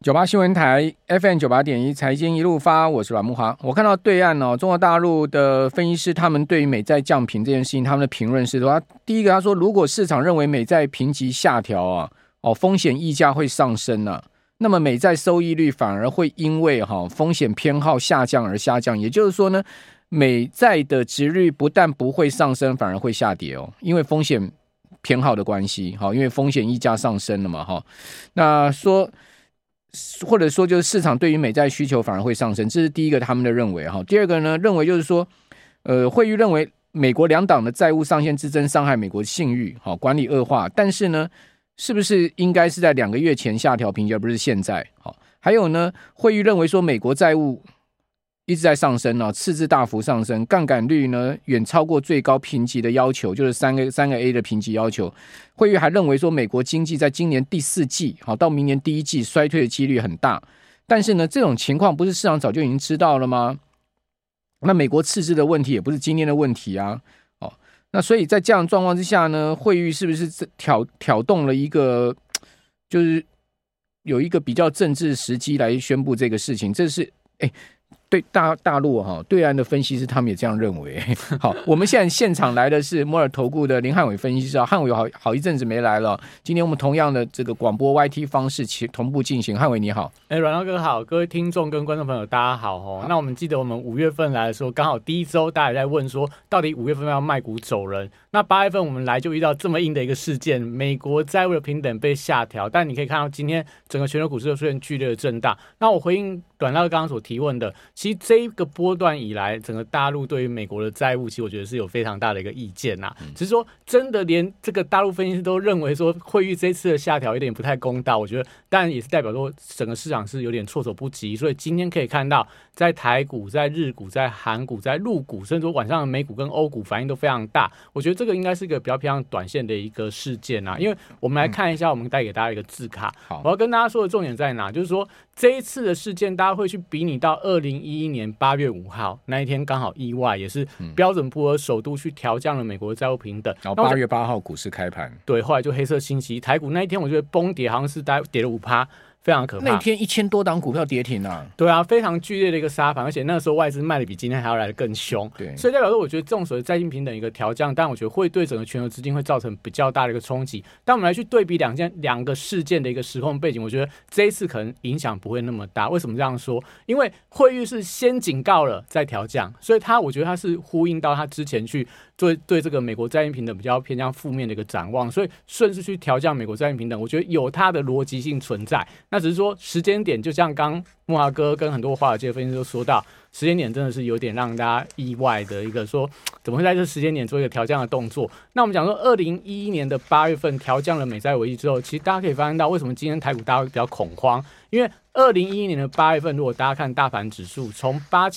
98新闻台 FM98.1 财经一路发，我是阮慕骅。我看到对岸中国大陆的分析师他们对于美债降评这件事情，他们的评论是说，第一个他说，如果市场认为美债评级下调风险溢价会上升那么美债收益率反而会因为风险偏好下降而下降，也就是说呢，美债的殖率不但不会上升，反而会下跌因为风险偏好的关系因为风险溢价上升了嘛那说。或者说就是市场对于美债需求反而会上升，这是第一个他们的认为第二个呢，认为就是说会议认为美国两党的债务上限之争伤害美国的信誉管理恶化，但是呢是不是应该是在2个月前下调评级而不是现在还有呢，会议认为说美国债务一直在上升赤字大幅上升，杠杆率呢远超过最高评级的要求，就是三个 A 的评级要求。会议还认为说，美国经济在今年第4季到明年第1季衰退的几率很大。但是呢，这种情况不是市场早就已经知道了吗？那美国赤字的问题也不是今天的问题那所以在这样的状况之下呢，会议是不是挑动了一个就是有一个比较政治时机来宣布这个事情？这是对大陆对岸的分析师他们也这样认为。好，我们现在现场来的是摩尔投顾的林汉伟分析师汉伟好一阵子没来了，今天我们同样的这个广播 YT 方式同步进行。汉伟你好。 阮大哥好，各位听众跟观众朋友大家好那我们记得我们5月份来的时候，刚好第一周大家也在问说，到底5月份要卖股走人？那8月份我们来就遇到这么硬的一个事件，美国债务的平等被下调，但你可以看到今天整个全球股市都出现剧烈的震荡。那我回应阮大哥刚刚所提问的，其实这个波段以来，整个大陆对于美国的债务，其实我觉得是有非常大的一个意见只是说真的连这个大陆分析师都认为说，会议这次的下调有点不太公道，我觉得当然也是代表说整个市场是有点措手不及，所以今天可以看到在台股、在日股、在韩股、在陆股，甚至说晚上的美股跟欧股反应都非常大。我觉得这个应该是一个比较偏向短线的一个事件因为我们来看一下，我们带给大家一个字卡。我要跟大家说的重点在哪？就是说这一次的事件，大家会去比拟到2011年8月5号那一天，刚好意外也是标准普尔首度去调降了美国的债务平等。 然后8月8号股市开盘， 对，后来就黑色星期一，台股那一天我觉得崩跌好像是大概跌了5%。非常可怕， 那天1000多档股票跌停对非常剧烈的一个杀盘，而且那个时候外资卖的比今天还要来的更凶， 对， 所以代表说我觉得这种所谓债金平等一个调降，但我觉得会对整个全球资金会造成比较大的一个冲击。但我们来去对比两个事件的一个时空背景，我觉得这一次可能影响不会那么大。为什么这样说？因为惠誉是先警告了再调降，所以我觉得它是呼应到他之前去对这个美国债金平等比较偏向负面的一个展望，所以顺势去调降美国债金平等，我觉得有它的逻辑性存在。那只是说时间点，就像刚慕骅哥跟很多华尔街分析师都说到，时间点真的是有点让大家意外的一个说，怎么会在这时间点做一个调降的动作？那我们讲说2011年的8月份调降了美债危机之后，其实大家可以发现到为什么今天台股大家会比较恐慌，因为2011年的8月份，如果大家看大盘指数从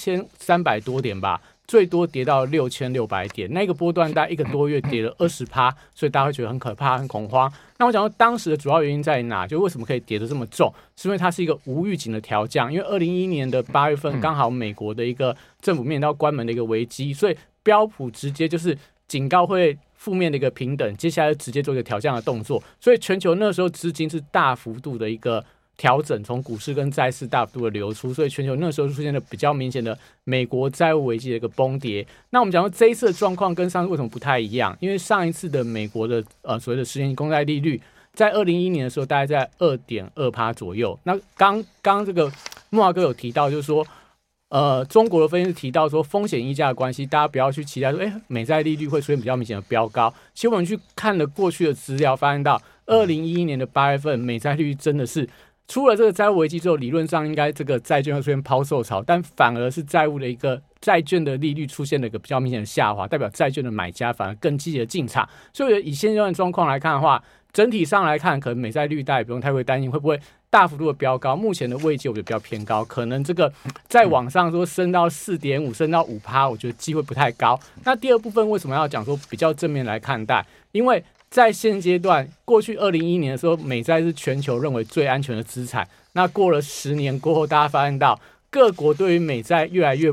8300多点吧，最多跌到6600点，那个波段大概1个多月跌了20%，所以大家会觉得很可怕、很恐慌。那我讲到当时的主要原因在哪？就为什么可以跌得这么重？是因为它是一个无预警的调降，因为2011年的8月份刚好美国的一个政府面临到关门的一个危机，所以标普直接就是警告会负面的一个平等，接下来直接做一个调降的动作，所以全球那时候资金是大幅度的一个调整，从股市跟债市大幅度的流出，所以全球那时候出现了比较明显的美国债务危机的一个崩跌。那我们讲到这一次的状况跟上次为什么不太一样？因为上一次的美国的所谓的10年期公债利率，在2011年的时候大概在 2.2% 左右。那刚这个慕骅哥有提到，就是说中国的分析师提到说风险溢价的关系，大家不要去期待说美债利率会出现比较明显的飙高。其实我们去看了过去的资料，发现到2011年的8月份美债利率真的是出了这个债务危机之后，理论上应该这个债券会出现抛售潮，但反而是债务的一个债券的利率出现了一个比较明显的下滑，代表债券的买家反而更积极的进场。所以以现阶段的状况来看的话，整体上来看，可能美债利率大家也不用太会担心会不会大幅度的飙高。目前的位阶我觉得比较偏高，可能这个再往上说升到 4.5 升到 5%， 我觉得机会不太高。那第二部分为什么要讲说比较正面来看待？因为在现阶段，过去2011年的时候，美债是全球认为最安全的资产。那过了10年过后，大家发现到各国对于美债越来越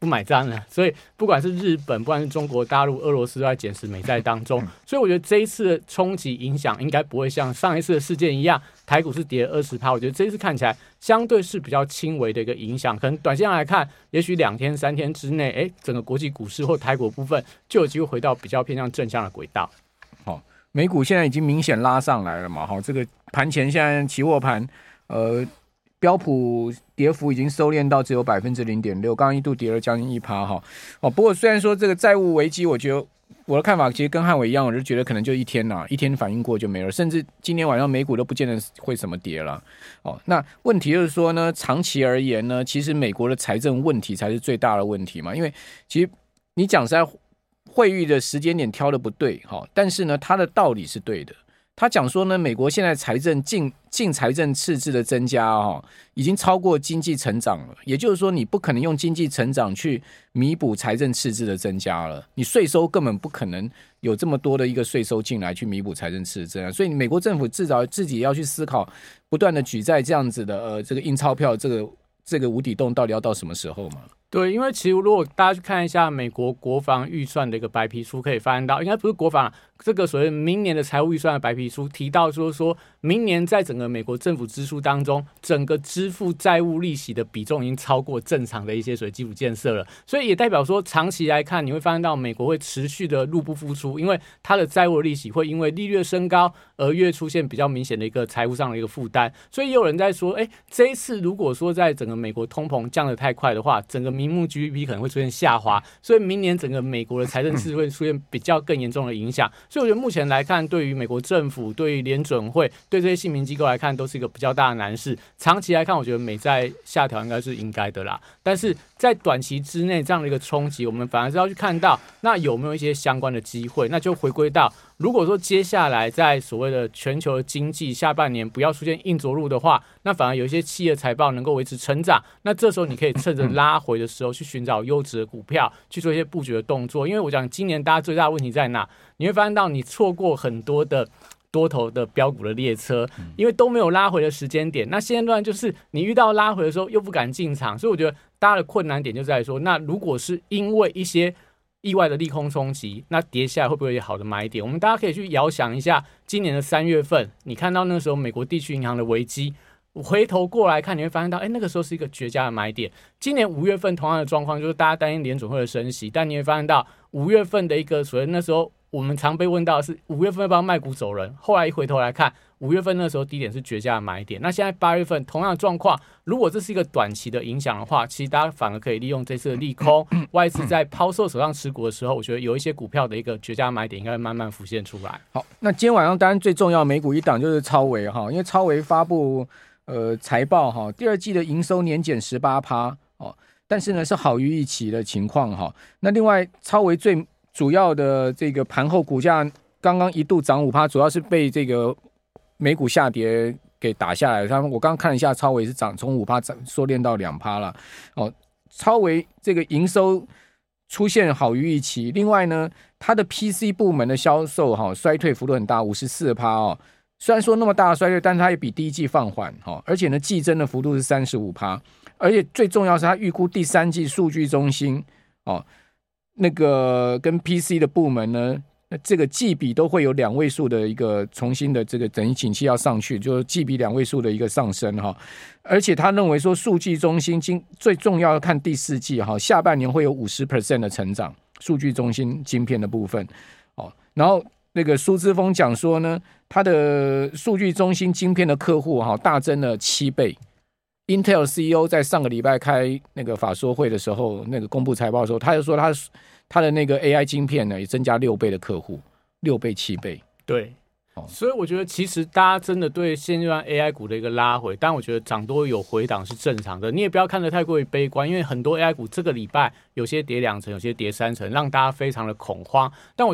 不买单了，所以不管是日本，不管是中国大陆、俄罗斯都在减持美债当中，所以我觉得这一次的冲击影响应该不会像上一次的事件一样，台股是跌20%，我觉得这一次看起来相对是比较轻微的一个影响，可能短线上来看，也许2天3天之内，整个国际股市或台股部分就有机会回到比较偏向正向的轨道。 好，美股现在已经明显拉上来了嘛，这个盘前现在期货盘，标普跌幅已经收敛到只有 0.6%， 刚刚一度跌了将近 1%哈。不过虽然说这个债务危机，我觉得我的看法其实跟汉伟一样，我就觉得可能就一天反应过就没了，甚至今天晚上美股都不见得会什么跌了。那问题就是说呢，长期而言呢，其实美国的财政问题才是最大的问题嘛，因为其实你讲实在，会议的时间点挑的不对，但是呢，它的道理是对的。他讲说呢，美国现在财政净财政赤字的增加已经超过经济成长了，也就是说你不可能用经济成长去弥补财政赤字的增加了，你税收根本不可能有这么多的一个税收进来去弥补财政赤字增加，所以美国政府至少自己要去思考，不断的举债这样子的这个印钞票这个无底洞到底要到什么时候嘛？ 对，因为其实如果大家去看一下美国国防预算的一个白皮书，可以发现到，应该不是国防，这个所谓明年的财务预算的白皮书提到说明年在整个美国政府支出当中，整个支付债务利息的比重已经超过正常的一些所谓基础建设了，所以也代表说长期来看，你会发现到美国会持续的入不敷出，因为它的债务利息会因为利率升高而越出现比较明显的一个财务上的一个负担，所以也有人在说，这一次如果说在整个美国通膨降得太快的话，整个名目 GDP 可能会出现下滑，所以明年整个美国的财政赤字会出现比较更严重的影响。所以我觉得目前来看，对于美国政府、对于联准会、对这些信评机构来看，都是一个比较大的难事。长期来看，我觉得美债下调应该是应该的啦。但是在短期之内这样的一个冲击，我们反而是要去看到那有没有一些相关的机会，那就回归到，如果说接下来在所谓的全球的经济下半年不要出现硬着陆的话，那反而有一些企业财报能够维持成长，那这时候你可以趁着拉回的时候去寻找优质的股票，去做一些布局的动作。因为我讲今年大家最大的问题在哪？你会发现到你错过很多的多头的标股的列车，因为都没有拉回的时间点。那现阶段就是你遇到拉回的时候又不敢进场，所以我觉得大家的困难点就在于说，那如果是因为一些意外的利空冲击，那跌下来会不会有好的买点？我们大家可以去遥想一下，今年的3月份，你看到那时候美国地区银行的危机，回头过来看，你会发现到，那个时候是一个绝佳的买点。今年5月份同样的状况，就是大家担心联准会的升息，但你会发现到5月份的一个所谓那时候我们常被问到的是5月份要不要卖股走人，后来一回头来看，5月份那时候低点是绝佳的买点。那现在8月份同样的状况，如果这是一个短期的影响的话，其实大家反而可以利用这次的利空，外资在抛售手上持股的时候，我觉得有一些股票的一个绝佳买点应该会慢慢浮现出来。 好，那今天晚上当然最重要的美股一档就是超微哈，因为超微发布财报哈，第二季的营收年减 18%但是呢是好于预期的情况哈。那另外超微最主要的这个盘后股价刚刚一度涨 5%， 主要是被这个美股下跌给打下来。我刚刚看了一下，超微是从 5% 缩练到 2% 了。超微这个营收出现好于预期，另外呢，它的 PC 部门的销售衰退幅度很大 54%虽然说那么大的衰退，但是它也比第一季放缓而且呢，季增的幅度是 35%， 而且最重要是它预估第三季数据中心那个跟 PC 的部门呢，这个季比都会有2位数的一个重新的这个等于景气要上去，就是季比2位数的一个上升而且他认为说数据中心最重要要看第四季下半年会有 50% 的成长，数据中心晶片的部分然后那个苏姿丰讲说呢，他的数据中心晶片的客户大增了7倍。Intel CEO 在上个礼拜开那个法说会的时候，那个公布财报的时候，他就说他的那个 AI 晶片呢也增加6倍的客户，6倍7倍。 对，所以我觉得其实大家真的对现阶段 AI 股的一个拉回，但我觉得涨多有回档是正常的，你也不要看得太过于悲观，因为很多 AI 股这个礼拜有些跌2成，有些跌3成，让大家非常的恐慌。但我觉得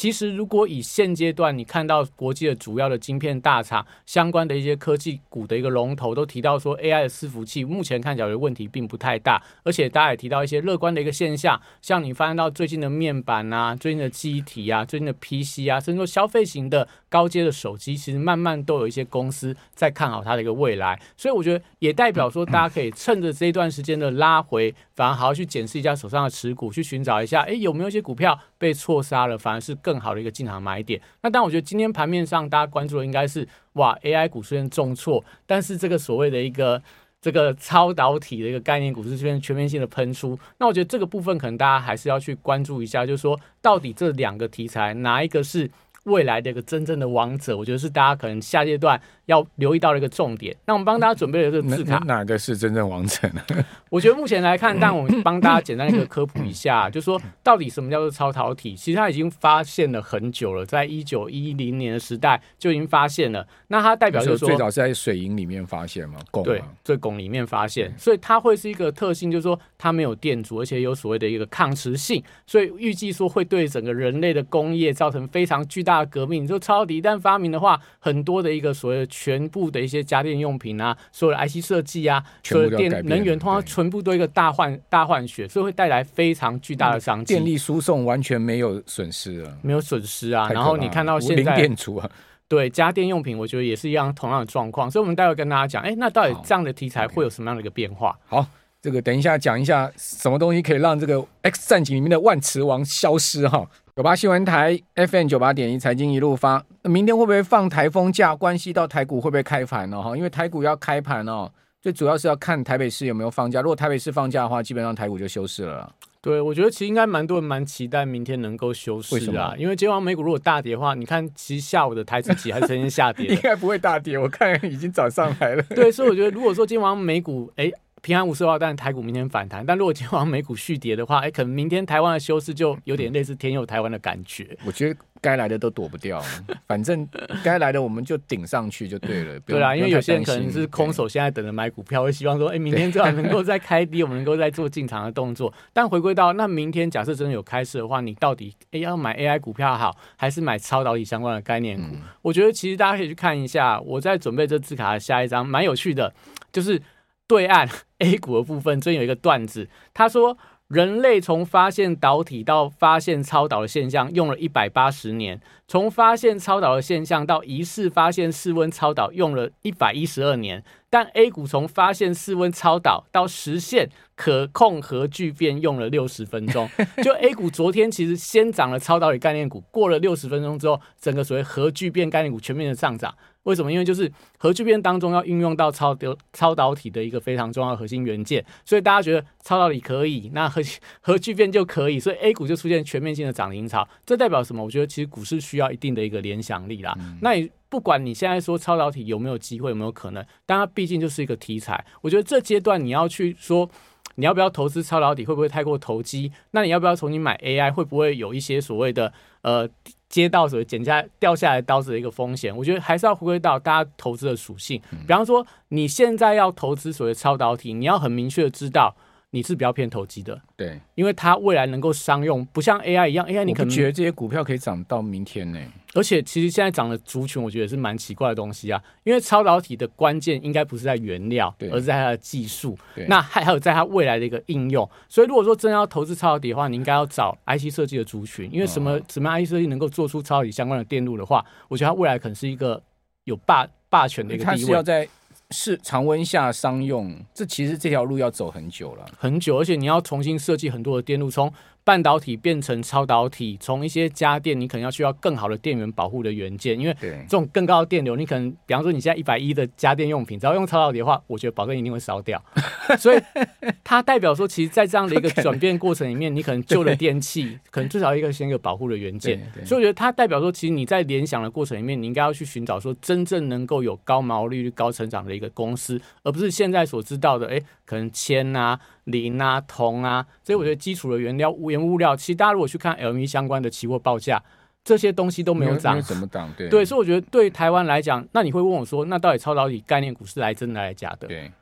其实如果以现阶段你看到国际的主要的晶片大厂相关的一些科技股的一个龙头都提到说 AI 的伺服器目前看起来的问题并不太大，而且大家也提到一些乐观的一个现象，像你发现到最近的面板啊、最近的记忆体啊、最近的 PC 啊，甚至说消费型的高阶的手机，其实慢慢都有一些公司在看好它的一个未来，所以我觉得也代表说大家可以趁着这一段时间的拉回，反而好好去检视一下手上的持股，去寻找一下有没有一些股票被错杀了，反而是更好的一个进场买点。那当然我觉得今天盘面上大家关注的应该是哇 AI 股虽然重挫，但是这个所谓的一个这个超导体的一个概念股是全面性的喷出，那我觉得这个部分可能大家还是要去关注一下，就是说到底这两个题材哪一个是未来的一个真正的王者，我觉得是大家可能下阶段要留意到的一个重点。那我们帮大家准备了这个字卡， 哪个是真正王者呢？ 我觉得目前来看，但我们帮大家简单一个科普一下，就是说到底什么叫做超导体？其实它已经发现了很久了，在1910年的时代就已经发现了。那它代表就是说， 最早是在水银里面发现嘛，汞对，在汞里面发现，所以它会是一个特性，就是说它没有电阻，而且有所谓的一个抗磁性，所以预计说会对整个人类的工业造成非常巨大的革命。你说超导体一旦发明的话，很多的一个所谓的全部的一些家电用品啊，所有的 IC 设计啊，所有的能源通常全部都一个大换血，所以会带来非常巨大的商机。 电力输送完全没有损失了， 没有损失啊。然后你看到现在零电阻啊。 对家电用品，我觉得也是一样同样的状况，所以我们待会跟大家讲，那到底这样的题材会有什么样的一个变化？ 好，这个等一下讲一下什么东西可以让这个 X 战警里面的万磁王消失哈。98新闻台 FM 98.1财经一路发，明天会不会放台风假？关系到台股会不会开盘哦？因为台股要开盘哦，最主要是要看台北市有没有放假。如果台北市放假的话，基本上台股就休市了啦。 对，我觉得其实应该蛮多人蛮期待明天能够休市啊，因为今晚美股如果大跌的话，你看其实下午的台指期还是呈现下跌的， 应该不会大跌，我看已经涨上来了。 对，所以我觉得如果说今晚美股平安无事的话，但台股明天反弹。但如果今晚美股续跌的话，可能明天台湾的休市就有点类似天佑台湾的感觉。 我觉得该来的都躲不掉，反正该来的我们就顶上去就对了。 对啦，因为有些人可能是空手，现在等着买股票，会希望说，明天最好能够再开低，我们能够再做进场的动作。但回归到那明天，假设真的有开市的话，你到底要买 AI 股票好，还是买超导体相关的概念股？我觉得其实大家可以去看一下，我在准备这字卡的下一张，蛮有趣的，就是对岸 A 股的部分，最近有一个段子，他说人类从发现导体到发现超导的现象用了180年，从发现超导的现象到疑似发现室温超导用了112年，但 A 股从发现室温超导到实现可控核聚变用了60分钟。就 A 股昨天其实先涨了超导体概念股，过了60分钟之后，整个所谓核聚变概念股全面的上涨。为什么？因为就是核聚变当中要运用到超导体的一个非常重要的核心元件，所以大家觉得超导体可以，那核聚变就可以，所以 A 股就出现全面性的涨停潮。这代表什么？我觉得其实股市需要一定的一个联想力啦。那你不管你现在说超导体有没有机会，有没有可能，但它毕竟就是一个题材。我觉得这阶段你要去说，你要不要投资超导体，会不会太过投机？那你要不要重新买 AI， 会不会有一些所谓的接到所谓掉下来刀子的一个风险？我觉得还是要回归到大家投资的属性。比方说，你现在要投资所谓超导体，你要很明确的知道你是比较偏投机的， 对， 因为它未来能够商用，不像 AI 一样 ，AI 你可能觉得这些股票可以涨到明天呢。 而且其实现在涨的族群，我觉得是蛮奇怪的东西啊。因为超导体的关键应该不是在原料，而是在它的技术。那还有在它未来的一个应用。所以如果说真的要投资超导体的话，你应该要找 IC 设计的族群，因为什么 IC 设计能够做出超导体相关的电路的话，我觉得它未来可能是一个有霸权的一个地位。 它是要在常温下商用，其实这条路要走很久了， 很久，而且你要重新设计很多的电路，从半导体变成超导体，从一些家电你可能要需要更好的电源保护的元件，因为这种更高的电流，你可能比方说你现在110的家电用品，只要用超导体的话，我觉得保证一定会烧掉。所以它代表说，其实在这样的一个转变过程里面，你可能旧的电器可能至少先一个保护的元件。所以我觉得它代表说，其实你在联想的过程里面，你应该要去寻找说真正能够有高毛利率、高成长的一个公司，而不是现在所知道的，可能铅啊、磷啊、铜啊，这些我觉得基础的原物料，其实大家如果去看 LME 相关的期货报价，这些东西都没有涨， 没有怎么涨， 对，所以我觉得对台湾来讲，那你会问我说，那到底超导体概念股是来真的还是假的？ 对，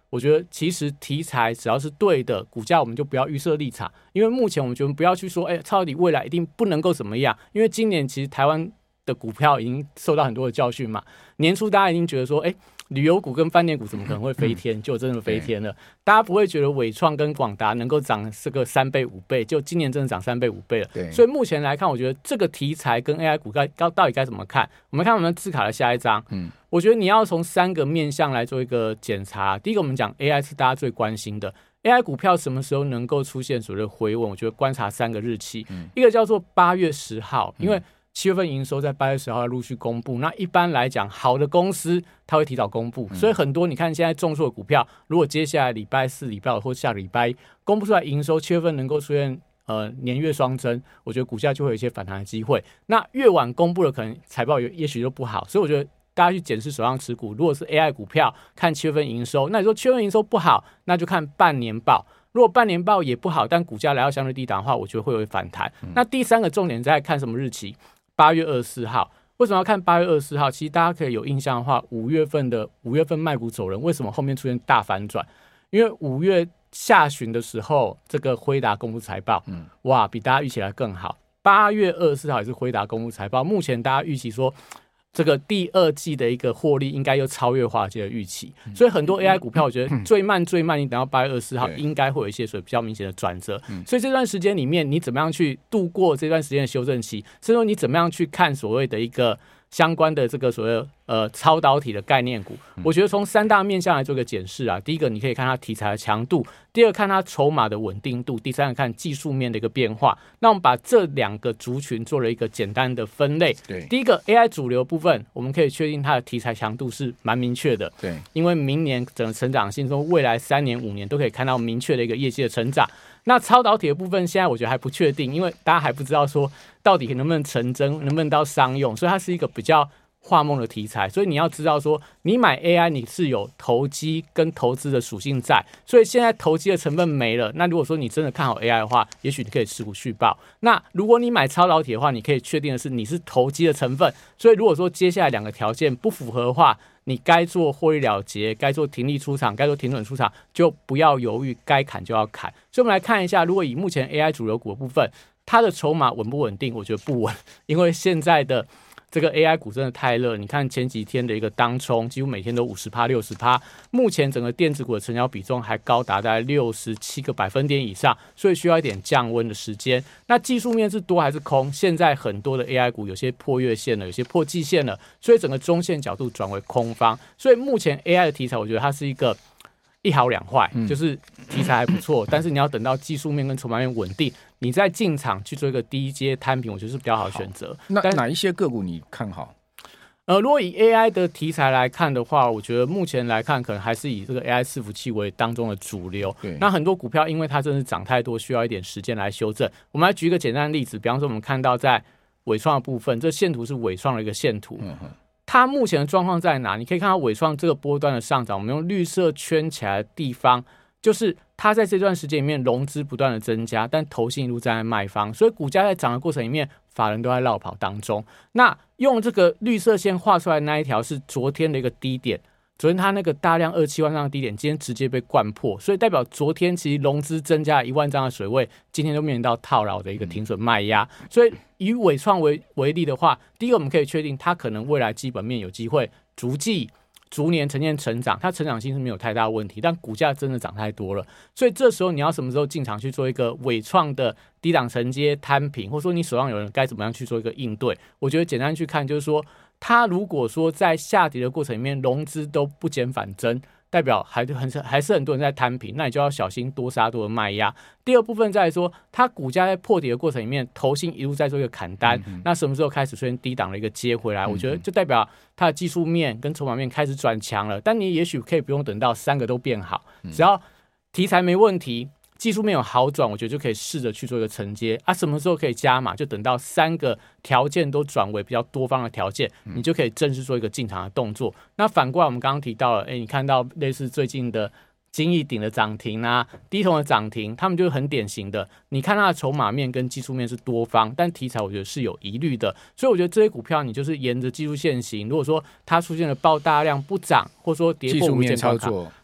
我觉得其实题材只要是对的，股价我们就不要预设立场，因为目前我们觉得不要去说，超底未来一定不能够怎么样，因为今年其实台湾的股票已经受到很多的教训嘛。年初大家已经觉得说，旅游股跟饭店股怎么可能会飞天？就真的飞天了。大家不会觉得伟创跟广达能够涨这个3倍5倍，就今年真的涨3倍5倍了。所以目前来看，我觉得这个题材跟 AI 股到底该怎么看？我们看我们字卡的下一章。我觉得你要从3个面向来做一个检查。第一个，我们讲 AI 是大家最关心的。AI 股票什么时候能够出现所谓的回稳？我觉得观察3个日期。一个叫做8月10号，因为7月份营收在8月10号陆续公布，那一般来讲，好的公司它会提早公布，所以很多你看现在重挫的股票，如果接下来礼拜4、礼拜5或下礼拜1公布出来营收，7月份能够出现年月双增，我觉得股价就会有一些反弹的机会。那越晚公布的可能财报也许就不好，所以我觉得大家去检视手上持股，如果是 AI 股票，看7月份营收，那你说7月份营收不好，那就看半年报。如果半年报也不好，但股价来到相对低档的话，我觉得会有反弹。那第3个重点在看什么日期？8月24号。为什么要看8月24号？其实大家可以有印象的话，5月份卖股走人，为什么后面出现大反转？因为5月下旬的时候，这个辉达公布财报，哇，比大家预期来更好。8月24号也是辉达公布财报，目前大家预期说，这个第2季的一个获利应该又超越华尔街的预期，所以很多 AI 股票我觉得最慢，你等到8月24号应该会有一些比较明显的转折。所以这段时间里面，你怎么样去度过这段时间的修正期，甚至说你怎么样去看所谓的一个相关的这个所谓超导体的概念股，我觉得从3大面向来做个检视啊。第一个，你可以看它题材的强度；第二，看它筹码的稳定度；第三个，看技术面的一个变化。那我们把这2个族群做了一个简单的分类。第一个 AI 主流部分，我们可以确定它的题材强度是蛮明确的。因为明年整个成长性，说未来3年5年都可以看到明确的一个业绩的成长。那超导体的部分，现在我觉得还不确定，因为大家还不知道说到底能不能成真，能不能到商用，所以它是一个比较画梦的题材。所以你要知道说，你买 AI 你是有投机跟投资的属性在，所以现在投机的成分没了。那如果说你真的看好 AI 的话，也许你可以持股续报。那如果你买超导体的话，你可以确定的是你是投机的成分。所以如果说接下来2个条件不符合的话，你该做获利了结，该做停利出场，该做停损出场，就不要犹豫，该砍就要砍。所以我们来看一下，如果以目前 AI 主流股的部分，它的筹码稳不稳定？我觉得不稳，因为现在的这个 AI 股真的太热，你看前几天的一个当冲，几乎每天都50%、60%。目前整个电子股的成交比重还高达大概67个百分点以上，所以需要一点降温的时间。那技术面是多还是空？现在很多的 AI 股有些破月线了，有些破季线了，所以整个中线角度转为空方。所以目前 AI 的题材，我觉得它是一个一好两坏，就是题材还不错，但是你要等到技术面跟筹码面稳定，你再进场去做一个低阶摊平，我觉得是比较好的选择。 那哪一些个股你看好？ 如果以 AI 的题材来看的话，我觉得目前来看，可能还是以这个 AI 伺服器为当中的主流。那很多股票因为它真的是涨太多，需要一点时间来修正。我们来举一个简单的例子，比方说我们看到在伟创的部分，这线图是伟创的一个线图。它目前的状况在哪？你可以看到伟创这个波段的上涨，我们用绿色圈起来的地方，就是它在这段时间里面融资不断的增加，但投信一路站在卖方，所以股价在涨的过程里面，法人都在绕跑当中。那用这个绿色线画出来的那一条是昨天的一个低点，昨天它那个大量27万张的低点，今天直接被灌破，所以代表昨天其实融资增加了1万张的水位，今天就面临到套牢的一个停损卖压。所以以伟创 为例的话，第一个我们可以确定它可能未来基本面有机会逐年呈现成长，它成长性是没有太大的问题，但股价真的涨太多了，所以这时候你要什么时候进场去做一个伟创的低档承接摊平，或者说你手上有人该怎么样去做一个应对？我觉得简单去看就是说，它如果说在下跌的过程里面融资都不减反增，代表还是很多人在摊平，那你就要小心多杀多的卖压。第二部分再来说，它股价在破底的过程里面，投信一路在做一个砍单，那什么时候开始出现低档的一个接回来？我觉得就代表它的技术面跟筹码面开始转强了。但你也许可以不用等到3个都变好，只要题材没问题，技术面有好转，我觉得就可以试着去做一个承接啊。什么时候可以加码？就等到3个条件都转为比较多方的条件，你就可以正式做一个进场的动作。那反过来，我们刚刚提到了，你看到类似最近的金益鼎的涨停啊，低铜的涨停，他们就是很典型的。你看它的筹码面跟技术面是多方，但题材我觉得是有疑虑的。所以我觉得这些股票你就是沿着技术线型，如果说它出现了爆大量不涨，或者说跌破无限高卡，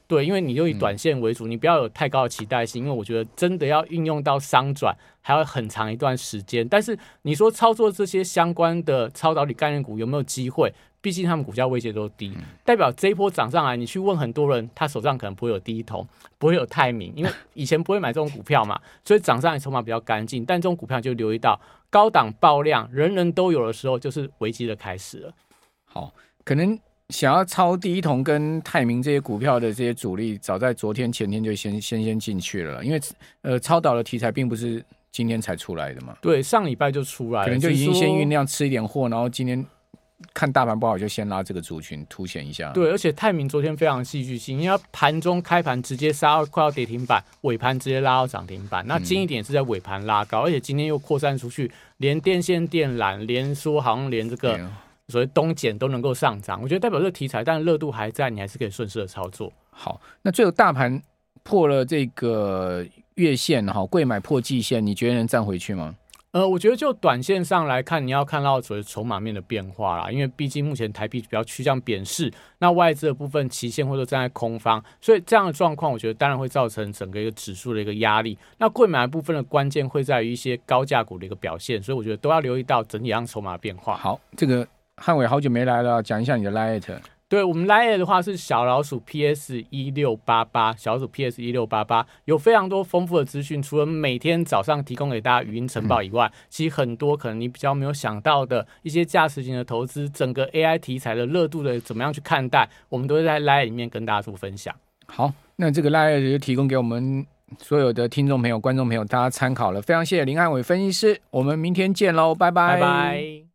对，因为你就以短线为主，你不要有太高的期待性，因为我觉得真的要运用到商转，还要很长一段时间。但是你说操作这些相关的超导体概念股有没有机会？毕竟他们股价位阶都低，代表这一波涨上来，你去问很多人，他手上可能不会有第一桶，不会有泰明，因为以前不会买这种股票嘛，所以涨上来筹码比较干净。但这种股票就留意到高档爆量，人人都有的时候，就是危机的开始了。 好，可能想要抄第一桶跟泰明这些股票的这些主力，早在昨天前天就先进去了，因为超导的题材并不是今天才出来的嘛。 对，上礼拜就出来了， 可能就已经先酝酿吃一点货，然后今天看大盘不好就先拉这个族群凸显一下。 对，而且泰明昨天非常戏剧性，因为它盘中开盘直接杀到快要跌停板，尾盘直接拉到涨停板。那近一点是在尾盘拉高，而且今天又扩散出去，连电线电缆，连说好像连这个所谓东碱都能够上涨。我觉得代表这个题材，但热度还在，你还是可以顺势的操作。 好，那最后大盘破了这个月线，贵买破季线，你觉得能站回去吗？ 我觉得就短线上来看，你要看到所谓筹码面的变化啦，因为毕竟目前台币比较趋向贬势，那外资的部分期现或者站在空方，所以这样的状况，我觉得当然会造成整个一个指数的一个压力。那贵买的部分的关键会在于一些高价股的一个表现，所以我觉得都要留意到整体上筹码变化。 好，这个汉伟好久没来了，讲一下你的 Lite。 对，我们 LINE 的话是小老鼠 PS1688，小老鼠 PS1688，有非常多丰富的资讯，除了每天早上提供给大家语音晨报以外，其实很多可能你比较没有想到的一些价值型的投资，整个 AI 题材的热度的怎么样去看待，我们都会在 LINE 里面跟大家做分享。 好，那这个 LINE 就提供给我们所有的听众朋友、观众朋友大家参考了，非常谢谢林汉伟分析师，我们明天见喽，拜拜。 拜拜。